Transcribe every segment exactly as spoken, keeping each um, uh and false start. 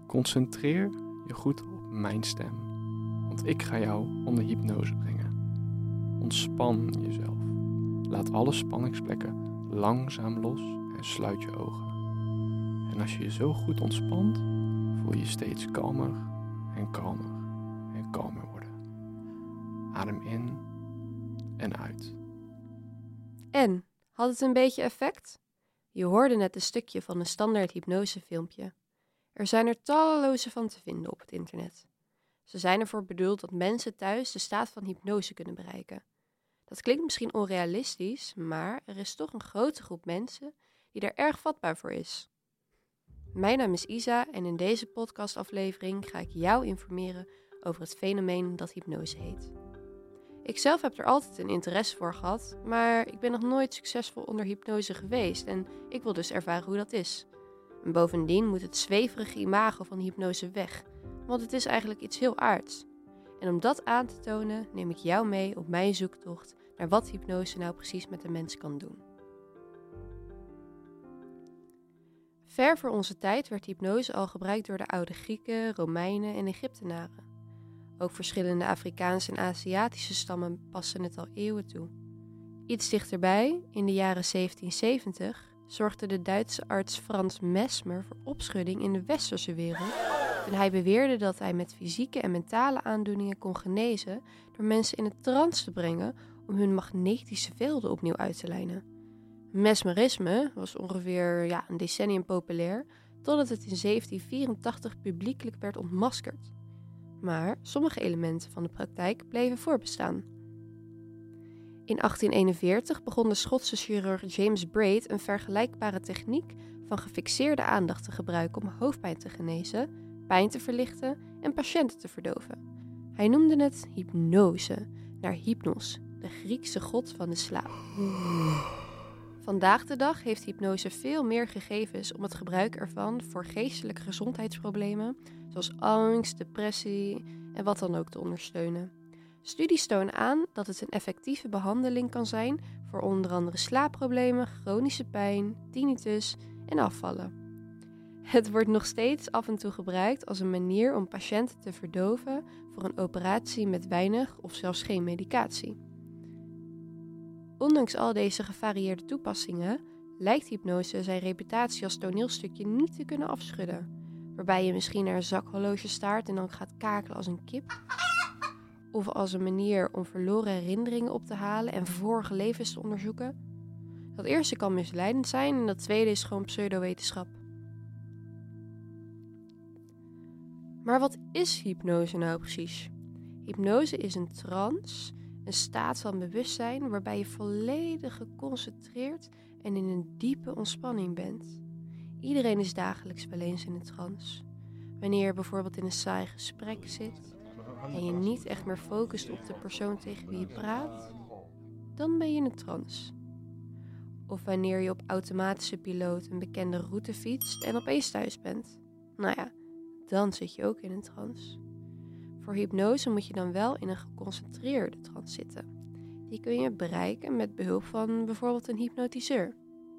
Concentreer je goed op mijn stem, want ik ga jou onder hypnose brengen. Ontspan jezelf. Laat alle spanningsplekken langzaam los en sluit je ogen. En als je je zo goed ontspant, voel je je steeds kalmer en kalmer en kalmer worden. Adem in en uit. En, had het een beetje effect? Je hoorde net een stukje van een standaard hypnosefilmpje. Er zijn er talloze van te vinden op het internet. Ze zijn ervoor bedoeld dat mensen thuis de staat van hypnose kunnen bereiken. Dat klinkt misschien onrealistisch, maar er is toch een grote groep mensen die daar erg vatbaar voor is. Mijn naam is Isa en in deze podcastaflevering ga ik jou informeren over het fenomeen dat hypnose heet. Ikzelf heb er altijd een interesse voor gehad, maar ik ben nog nooit succesvol onder hypnose geweest en ik wil dus ervaren hoe dat is. En bovendien moet het zweverige imago van hypnose weg, want het is eigenlijk iets heel aards. En om dat aan te tonen neem ik jou mee op mijn zoektocht naar wat hypnose nou precies met een mens kan doen. Ver voor onze tijd werd hypnose al gebruikt door de oude Grieken, Romeinen en Egyptenaren. Ook verschillende Afrikaanse en Aziatische stammen passen het al eeuwen toe. Iets dichterbij, in de jaren zeventienzeventig, zorgde de Duitse arts Franz Mesmer voor opschudding in de westerse wereld toen hij beweerde dat hij met fysieke en mentale aandoeningen kon genezen door mensen in een trance te brengen om hun magnetische velden opnieuw uit te lijnen. Mesmerisme was ongeveer ja, een decennium populair, totdat het in zeventien vierentachtig publiekelijk werd ontmaskerd. Maar sommige elementen van de praktijk bleven voorbestaan. In achttien eenenveertig begon de Schotse chirurg James Braid een vergelijkbare techniek van gefixeerde aandacht te gebruiken om hoofdpijn te genezen, pijn te verlichten en patiënten te verdoven. Hij noemde het hypnose, naar Hypnos, de Griekse god van de slaap. Vandaag de dag heeft hypnose veel meer gegevens om het gebruik ervan voor geestelijke gezondheidsproblemen, zoals angst, depressie en wat dan ook te ondersteunen. Studies tonen aan dat het een effectieve behandeling kan zijn voor onder andere slaapproblemen, chronische pijn, tinnitus en afvallen. Het wordt nog steeds af en toe gebruikt als een manier om patiënten te verdoven voor een operatie met weinig of zelfs geen medicatie. Ondanks al deze gevarieerde toepassingen lijkt hypnose zijn reputatie als toneelstukje niet te kunnen afschudden, waarbij je misschien naar een zakhorloge staart en dan gaat kakelen als een kip, of als een manier om verloren herinneringen op te halen en vorige levens te onderzoeken. Dat eerste kan misleidend zijn en dat tweede is gewoon pseudowetenschap. Maar wat is hypnose nou precies? Hypnose is een trance, een staat van bewustzijn waarbij je volledig geconcentreerd en in een diepe ontspanning bent. Iedereen is dagelijks wel eens in een trance. Wanneer je bijvoorbeeld in een saai gesprek zit en je niet echt meer focust op de persoon tegen wie je praat, dan ben je in een trance. Of wanneer je op automatische piloot een bekende route fietst en opeens thuis bent. Nou ja, dan zit je ook in een trance. Voor hypnose moet je dan wel in een geconcentreerde trance zitten. Die kun je bereiken met behulp van bijvoorbeeld een hypnotiseur.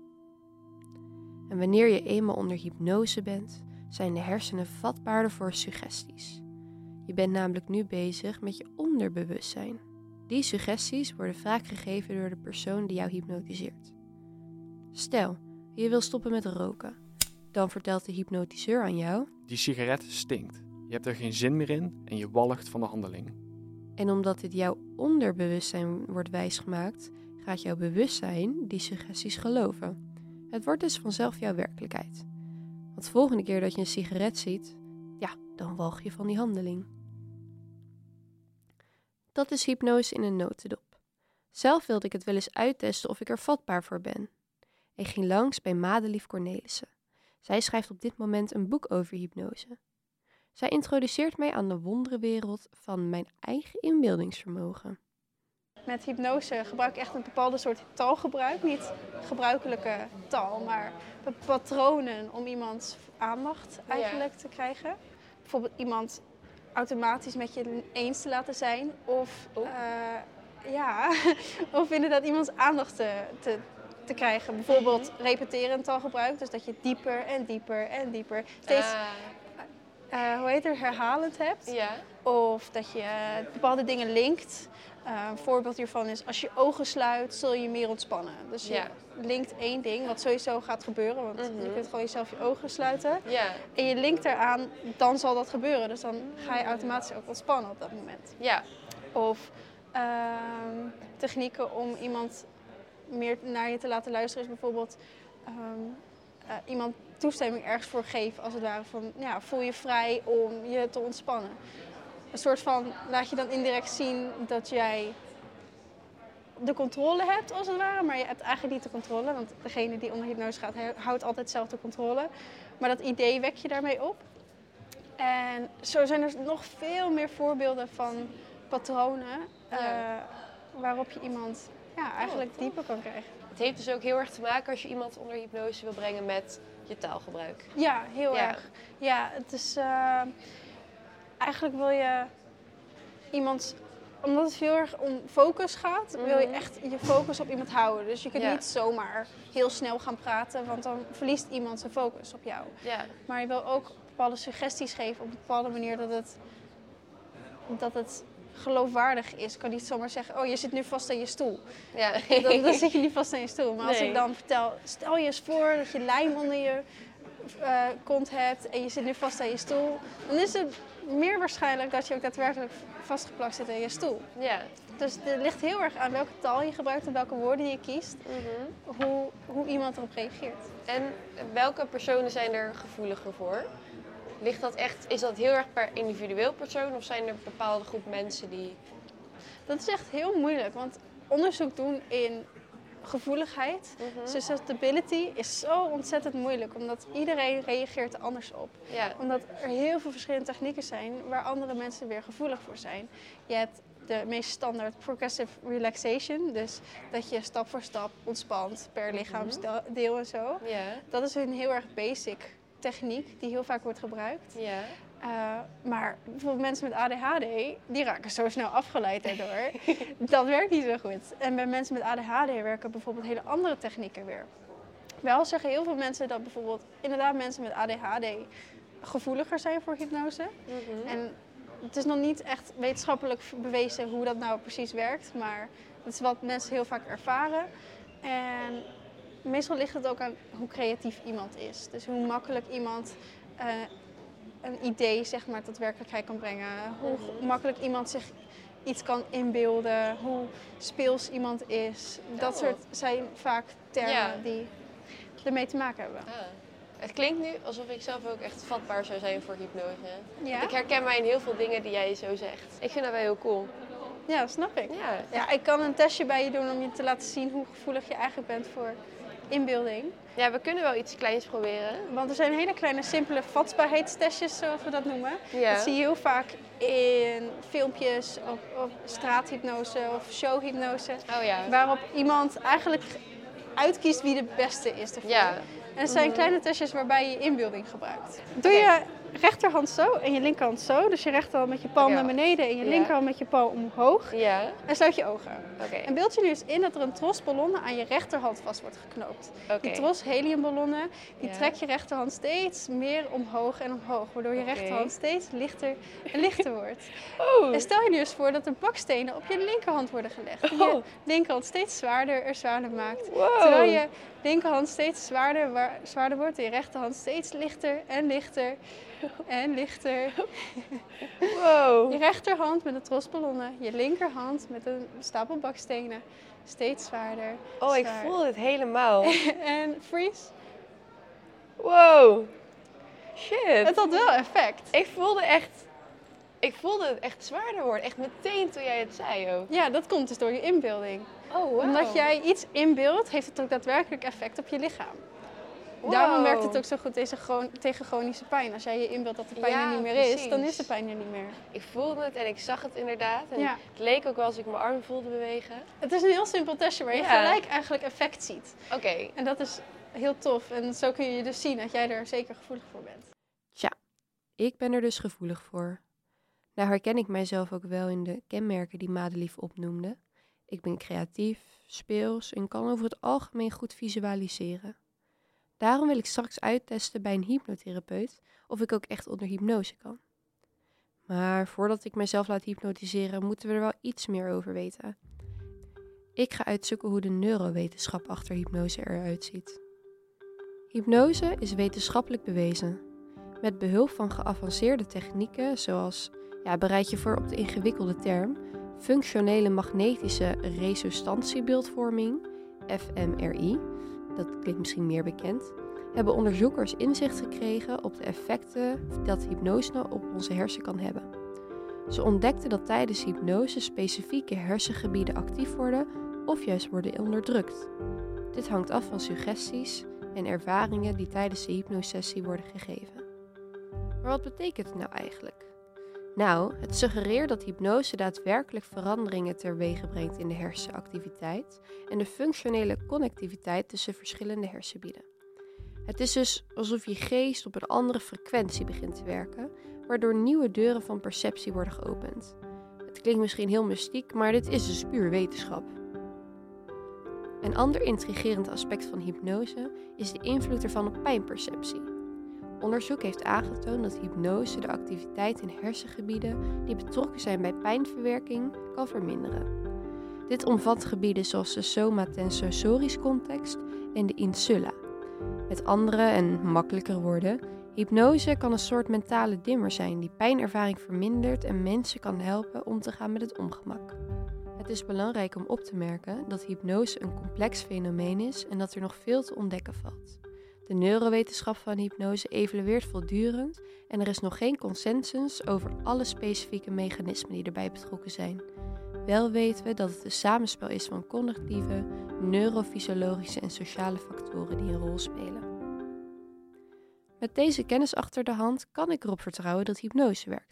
En wanneer je eenmaal onder hypnose bent, zijn de hersenen vatbaarder voor suggesties. Je bent namelijk nu bezig met je onderbewustzijn. Die suggesties worden vaak gegeven door de persoon die jou hypnotiseert. Stel, je wil stoppen met roken. Dan vertelt de hypnotiseur aan jou: Die sigaret stinkt. Je hebt er geen zin meer in en je walgt van de handeling. En omdat dit jouw onderbewustzijn wordt wijsgemaakt, gaat jouw bewustzijn die suggesties geloven. Het wordt dus vanzelf jouw werkelijkheid. Want de volgende keer dat je een sigaret ziet, ja, dan walg je van die handeling. Dat is hypnose in een notendop. Zelf wilde ik het wel eens uittesten of ik er vatbaar voor ben. Ik ging langs bij Madelief Cornelissen. Zij schrijft op dit moment een boek over hypnose. Zij introduceert mij aan de wonderenwereld van mijn eigen inbeeldingsvermogen. Met hypnose gebruik ik echt een bepaalde soort taalgebruik. Niet gebruikelijke taal, maar patronen om iemands aandacht eigenlijk ja. te krijgen. Bijvoorbeeld iemand automatisch met je eens te laten zijn. Of, oh. uh, ja, of inderdaad iemands aandacht te, te, te krijgen. Bijvoorbeeld repeterend taalgebruik. Dus dat je dieper en dieper en dieper steeds... Uh. uh, hoe heet het, herhalend hebt. Ja. Of dat je uh, bepaalde dingen linkt. Uh, een voorbeeld hiervan is, als je ogen sluit, zul je meer ontspannen. Dus je Ja. linkt één ding, wat sowieso gaat gebeuren. Want Mm-hmm. je kunt gewoon jezelf je ogen sluiten. Ja. En je linkt eraan, dan zal dat gebeuren. Dus dan ga je automatisch ook ontspannen op dat moment. Ja. Of uh, technieken om iemand meer naar je te laten luisteren is bijvoorbeeld um, uh, iemand toestemming ergens voor geven. Als het ware van, ja, voel je vrij om je te ontspannen. Een soort van, laat je dan indirect zien dat jij de controle hebt als het ware. Maar je hebt eigenlijk niet de controle. Want degene die onder hypnose gaat, houdt altijd zelf de controle. Maar dat idee wek je daarmee op. En zo zijn er nog veel meer voorbeelden van patronen. Ja. Uh, waarop je iemand ja, eigenlijk oh, dieper kan krijgen. Het heeft dus ook heel erg te maken als je iemand onder hypnose wil brengen met je taalgebruik. Ja, heel ja. erg. Ja, het is... Uh, eigenlijk wil je iemand... Omdat het heel erg om focus gaat, mm-hmm. wil je echt je focus op iemand houden. Dus je kunt ja. niet zomaar heel snel gaan praten, want dan verliest iemand zijn focus op jou. Ja. Maar je wil ook bepaalde suggesties geven op een bepaalde manier dat het... Dat het geloofwaardig is. Ik kan niet zomaar zeggen, oh, je zit nu vast aan je stoel. Ja. Dan, dan zit je niet vast aan je stoel. Maar als nee. ik dan vertel, stel je eens voor dat je lijm onder je uh, kont hebt en je zit nu vast aan je stoel, dan is het meer waarschijnlijk dat je ook daadwerkelijk vastgeplakt zit aan je stoel. Ja. Dus het ligt heel erg aan welke taal je gebruikt en welke woorden je kiest, mm-hmm. hoe, hoe iemand erop reageert. En welke personen zijn er gevoeliger voor? Ligt dat echt, is dat heel erg per individueel persoon of zijn er bepaalde groep mensen die... Dat is echt heel moeilijk, want onderzoek doen in gevoeligheid, mm-hmm. susceptibility, is zo ontzettend moeilijk. Omdat iedereen reageert er anders op. Ja. Omdat er heel veel verschillende technieken zijn waar andere mensen weer gevoelig voor zijn. Je hebt de meest standaard progressive relaxation, dus dat je stap voor stap ontspant per lichaamsdeel en zo. Ja. Dat is een heel erg basic techniek die heel vaak wordt gebruikt. Ja. Uh, maar bijvoorbeeld mensen met A D H D, die raken zo snel afgeleid daardoor. Dat werkt niet zo goed. En bij mensen met A D H D werken bijvoorbeeld hele andere technieken weer. Wel zeggen heel veel mensen dat bijvoorbeeld inderdaad mensen met A D H D gevoeliger zijn voor hypnose. Mm-hmm. En het is nog niet echt wetenschappelijk bewezen hoe dat nou precies werkt, maar dat is wat mensen heel vaak ervaren. En meestal ligt het ook aan hoe creatief iemand is. Dus hoe makkelijk iemand uh, een idee zeg maar, tot werkelijkheid kan brengen. Hoe mm-hmm. makkelijk iemand zich iets kan inbeelden. Hoe speels iemand is. Dat oh. soort zijn vaak termen ja. die ermee te maken hebben. Ah. Het klinkt nu alsof ik zelf ook echt vatbaar zou zijn voor hypnose. Ja? Ik herken mij in heel veel dingen die jij zo zegt. Ik vind dat wel heel cool. Ja, dat snap ik. Ja. Ja, ik kan een testje bij je doen om je te laten zien hoe gevoelig je eigenlijk bent voor inbeelding. Ja, we kunnen wel iets kleins proberen. Want er zijn hele kleine, simpele vatbaarheidstestjes, zoals we dat noemen. Ja. Dat zie je heel vaak in filmpjes of, of straathypnose of showhypnose. Oh ja. Waarop iemand eigenlijk uitkiest wie de beste is ervoor. Ja. En het zijn mm-hmm. kleine testjes waarbij je inbeelding gebruikt. Doe okay. je rechterhand zo en je linkerhand zo. Dus je rechterhand met je palm okay. naar beneden en je ja. linkerhand met je palm omhoog. Ja. En sluit je ogen. Okay. En beeld je nu eens in dat er een tros ballonnen aan je rechterhand vast wordt geknoopt. Okay. Die tros heliumballonnen, die ja. trek je rechterhand steeds meer omhoog en omhoog. Waardoor je okay. rechterhand steeds lichter en lichter wordt. Oh. En stel je nu eens voor dat er bakstenen op je linkerhand worden gelegd. Die oh. je linkerhand steeds zwaarder en zwaarder maakt. Wow. Terwijl je linkerhand steeds zwaarder, waar, zwaarder wordt en je rechterhand steeds lichter en lichter. En lichter. Wow. Je rechterhand met de trosballonnen, je linkerhand met een stapel bakstenen. Steeds zwaarder. Oh, zwaar. Ik voel het helemaal. En freeze. Wow. Shit. Het had wel effect. Ik voelde echt, ik voelde het echt zwaarder worden. Echt meteen toen jij het zei ook. Ja, dat komt dus door je inbeelding. Oh, wow. Omdat jij iets inbeeldt, heeft het ook daadwerkelijk effect op je lichaam. Wow. Daarom werkt het ook zo goed tegen, tegen chronische pijn. Als jij je inbeeldt dat de pijn ja, er niet meer precies. is, dan is de pijn er niet meer. Ik voelde het en ik zag het inderdaad. En ja. Het leek ook wel als ik mijn arm voelde bewegen. Het is een heel simpel testje waar je ja. gelijk eigenlijk effect ziet. Oké. Okay. En dat is heel tof. En zo kun je dus zien dat jij er zeker gevoelig voor bent. Tja, ik ben er dus gevoelig voor. Nou herken ik mijzelf ook wel in de kenmerken die Madelief opnoemde. Ik ben creatief, speels en kan over het algemeen goed visualiseren. Daarom wil ik straks uittesten bij een hypnotherapeut of ik ook echt onder hypnose kan. Maar voordat ik mezelf laat hypnotiseren, moeten we er wel iets meer over weten. Ik ga uitzoeken hoe de neurowetenschap achter hypnose eruit ziet. Hypnose is wetenschappelijk bewezen. Met behulp van geavanceerde technieken zoals, ja, bereid je voor op de ingewikkelde term, functionele magnetische resonantiebeeldvorming, F M R I, dat klinkt misschien meer bekend, hebben onderzoekers inzicht gekregen op de effecten dat hypnose op onze hersen kan hebben. Ze ontdekten dat tijdens hypnose specifieke hersengebieden actief worden of juist worden onderdrukt. Dit hangt af van suggesties en ervaringen die tijdens de hypnosessie worden gegeven. Maar wat betekent het nou eigenlijk? Nou, het suggereert dat hypnose daadwerkelijk veranderingen teweeg brengt in de hersenactiviteit en de functionele connectiviteit tussen verschillende hersengebieden. Het is dus alsof je geest op een andere frequentie begint te werken, waardoor nieuwe deuren van perceptie worden geopend. Het klinkt misschien heel mystiek, maar dit is dus puur wetenschap. Een ander intrigerend aspect van hypnose is de invloed ervan op pijnperceptie. Onderzoek heeft aangetoond dat hypnose de activiteit in hersengebieden die betrokken zijn bij pijnverwerking kan verminderen. Dit omvat gebieden zoals de somatensorisch context en de insula. Met andere en makkelijkere woorden, hypnose kan een soort mentale dimmer zijn die pijnervaring vermindert en mensen kan helpen om te gaan met het ongemak. Het is belangrijk om op te merken dat hypnose een complex fenomeen is en dat er nog veel te ontdekken valt. De neurowetenschap van hypnose evolueert voortdurend en er is nog geen consensus over alle specifieke mechanismen die erbij betrokken zijn. Wel weten we dat het een samenspel is van cognitieve, neurofysiologische en sociale factoren die een rol spelen. Met deze kennis achter de hand kan ik erop vertrouwen dat hypnose werkt.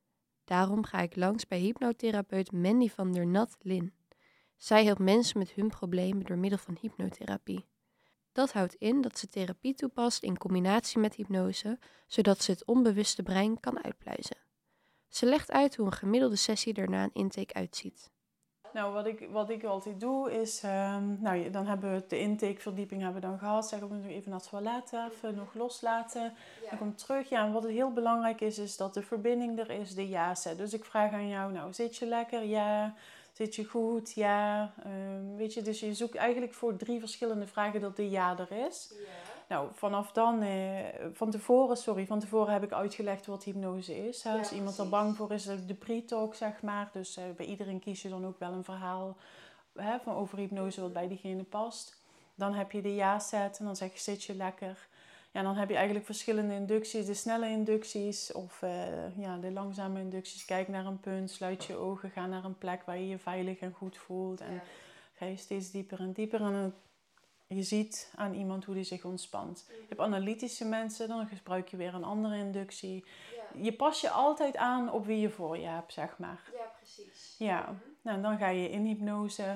Daarom ga ik langs bij hypnotherapeut Mandy van der Nat-Lin. Zij helpt mensen met hun problemen door middel van hypnotherapie. Dat houdt in dat ze therapie toepast in combinatie met hypnose, zodat ze het onbewuste brein kan uitpluizen. Ze legt uit hoe een gemiddelde sessie er na een intake uitziet. Nou, wat ik, wat ik altijd doe is, um, nou, dan hebben we de intakeverdieping hebben we dan gehad. Zeggen we nog even naar het toilet, even nog loslaten. Ja. Dan kom ik terug. Ja, en wat het heel belangrijk is, is dat de verbinding er is, de ja zet. Dus ik vraag aan jou, nou, zit je lekker? Ja. Zit je goed? Ja. Um, weet je, dus je zoekt eigenlijk voor drie verschillende vragen dat de ja er is. Ja. Nou, vanaf dan, eh, van tevoren, sorry, van tevoren heb ik uitgelegd wat hypnose is. Hè? Ja, als iemand er bang voor is, de pre-talk, zeg maar. Dus uh, bij iedereen kies je dan ook wel een verhaal hè, van over hypnose wat bij diegene past. Dan heb je de ja-set en dan zeg je, zit je lekker? Ja, dan heb je eigenlijk verschillende inducties. De snelle inducties of uh, ja, de langzame inducties. Kijk naar een punt, sluit je ogen, ga naar een plek waar je je veilig en goed voelt. En ja. Ga je steeds dieper en dieper. En je ziet aan iemand hoe die zich ontspant. Je hebt analytische mensen, dan gebruik je weer een andere inductie. Ja. Je past je altijd aan op wie je voor je hebt, zeg maar. Ja, precies. Ja, mm-hmm. Nou, en dan ga je in hypnose.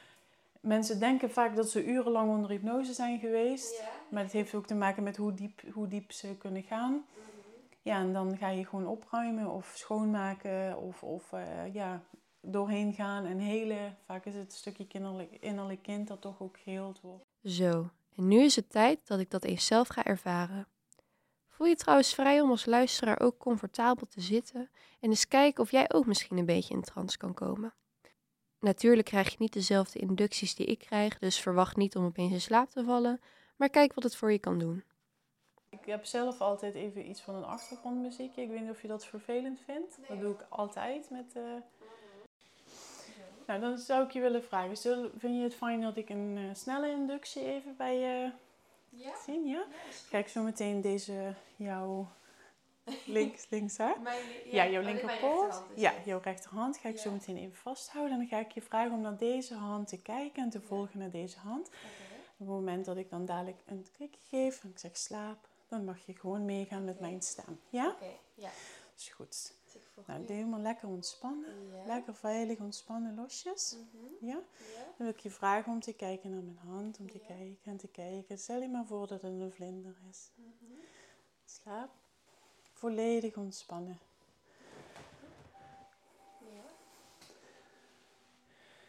Mensen denken vaak dat ze urenlang onder hypnose zijn geweest. Ja. Maar het heeft ook te maken met hoe diep, hoe diep ze kunnen gaan. Mm-hmm. Ja, en dan ga je gewoon opruimen of schoonmaken of, of uh, ja, doorheen gaan en helen. Vaak is het een stukje kinderlijk, innerlijk kind dat toch ook geheeld wordt. Zo, en nu is het tijd dat ik dat eens zelf ga ervaren. Voel je trouwens vrij om als luisteraar ook comfortabel te zitten en eens kijken of jij ook misschien een beetje in trance kan komen. Natuurlijk krijg je niet dezelfde inducties die ik krijg, dus verwacht niet om opeens in slaap te vallen, maar kijk wat het voor je kan doen. Ik heb zelf altijd even iets van een achtergrondmuziekje. Ik weet niet of je dat vervelend vindt. Nee. Dat doe ik altijd met... Uh... Nou, dan zou ik je willen vragen. Zul, vind je het fijn dat ik een uh, snelle inductie even bij je uh, ja. zie? Ja? Ga ik zo meteen deze jouw links, links hè? Mijn, ja, ja, jouw linkerpoot. Ja, jouw rechterhand ga ik ja. zo meteen even vasthouden. En dan ga ik je vragen om naar deze hand te kijken en te volgen ja. naar deze hand. Okay. Op het moment dat ik dan dadelijk een klikje geef en ik zeg slaap, dan mag je gewoon meegaan met okay. mijn stem. Ja? Oké, okay. ja. Dat is goed. Nou, doe helemaal lekker ontspannen. Ja. Lekker veilig ontspannen losjes. Mm-hmm. Ja? Ja? Dan wil ik je vragen om te kijken naar mijn hand. Om te ja. kijken en te kijken. Stel je maar voor dat het een vlinder is. Mm-hmm. Slaap. Volledig ontspannen. Ja.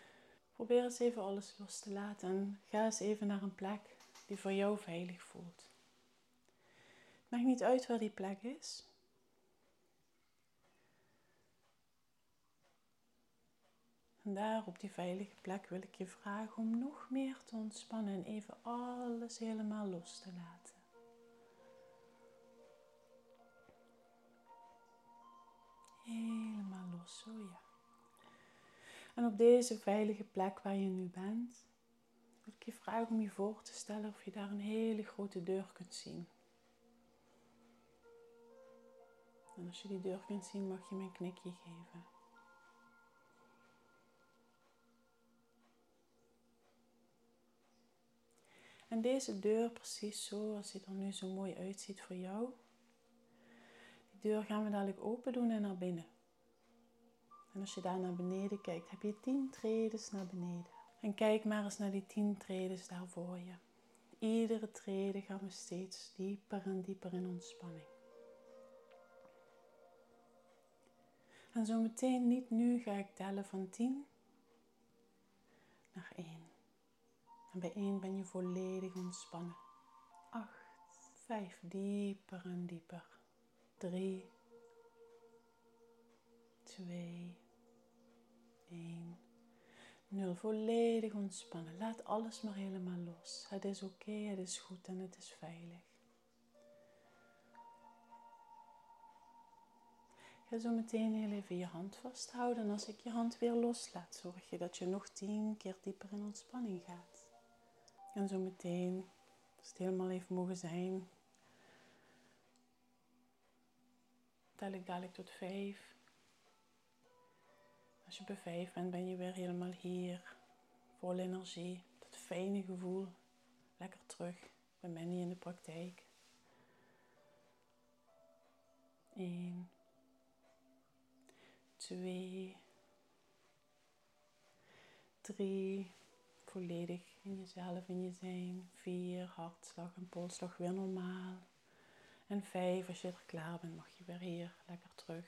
Probeer eens even alles los te laten. En ga eens even naar een plek die voor jou veilig voelt. Maakt niet uit waar die plek is. En daar op die veilige plek wil ik je vragen om nog meer te ontspannen en even alles helemaal los te laten. Helemaal los, zo ja. En op deze veilige plek waar je nu bent, wil ik je vragen om je voor te stellen of je daar een hele grote deur kunt zien. En als je die deur kunt zien, mag je me een knikje geven. En deze deur, precies zoals die er nu zo mooi uitziet voor jou, die deur gaan we dadelijk open doen en naar binnen. En als je daar naar beneden kijkt, heb je tien tredes naar beneden. En kijk maar eens naar die tien tredes daar voor je. Iedere trede gaan we steeds dieper en dieper in ontspanning. En zo meteen, niet nu, ga ik tellen van tien naar één. En bij één ben je volledig ontspannen. acht, vijf, dieper en dieper. drie, twee, één, nul. Volledig ontspannen. Laat alles maar helemaal los. Het is oké, het is goed en het is veilig. Ga zo meteen heel even je hand vasthouden. En als ik je hand weer loslaat, zorg je dat je nog tien keer dieper in ontspanning gaat. En zo meteen, als het helemaal heeft mogen zijn, tel ik dadelijk tot vijf. Als je bij vijf bent, ben je weer helemaal hier, vol energie, dat fijne gevoel, lekker terug bij Manny in de praktijk. Eén, twee, drie, volledig in jezelf, in je zijn. Vier, hartslag en polsslag weer normaal. En vijf, als je er klaar bent, mag je weer hier lekker terug.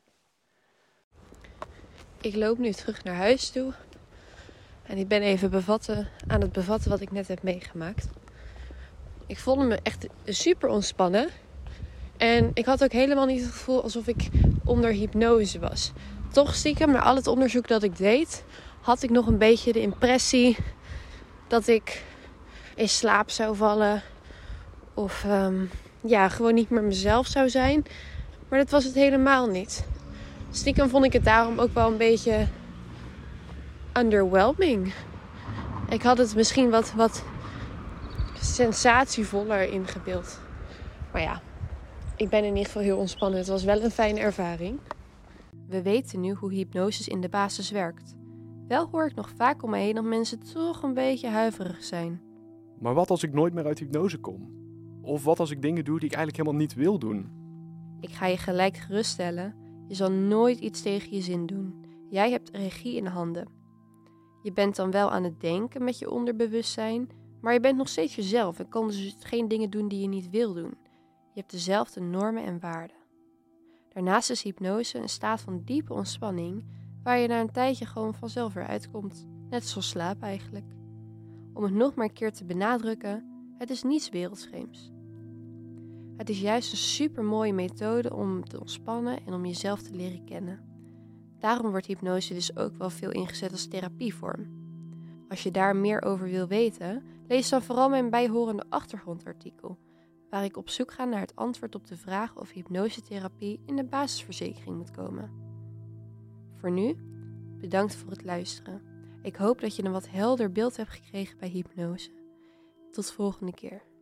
Ik loop nu terug naar huis toe. En ik ben even bevatten, aan het bevatten wat ik net heb meegemaakt. Ik voelde me echt super ontspannen. En ik had ook helemaal niet het gevoel alsof ik onder hypnose was. Toch stiekem, na al het onderzoek dat ik deed, had ik nog een beetje de impressie dat ik in slaap zou vallen. Of um, ja, gewoon niet meer mezelf zou zijn. Maar dat was het helemaal niet. Stiekem vond ik het daarom ook wel een beetje underwhelming. Ik had het misschien wat, wat sensatievoller ingebeeld. Maar ja, ik ben in ieder geval heel ontspannen. Het was wel een fijne ervaring. We weten nu hoe hypnose in de basis werkt. Wel hoor ik nog vaak om me heen dat mensen toch een beetje huiverig zijn. Maar wat als ik nooit meer uit hypnose kom? Of wat als ik dingen doe die ik eigenlijk helemaal niet wil doen? Ik ga je gelijk geruststellen. Je zal nooit iets tegen je zin doen. Jij hebt regie in handen. Je bent dan wel aan het denken met je onderbewustzijn, maar je bent nog steeds jezelf en kan dus geen dingen doen die je niet wil doen. Je hebt dezelfde normen en waarden. Daarnaast is hypnose een staat van diepe ontspanning, waar je na een tijdje gewoon vanzelf weer uitkomt. Net zoals slaap eigenlijk. Om het nog maar een keer te benadrukken, het is niets wereldvreemds. Het is juist een supermooie methode om te ontspannen en om jezelf te leren kennen. Daarom wordt hypnose dus ook wel veel ingezet als therapievorm. Als je daar meer over wil weten, lees dan vooral mijn bijhorende achtergrondartikel, waar ik op zoek ga naar het antwoord op de vraag of hypnosetherapie in de basisverzekering moet komen. Voor nu, bedankt voor het luisteren. Ik hoop dat je een wat helder beeld hebt gekregen bij hypnose. Tot volgende keer.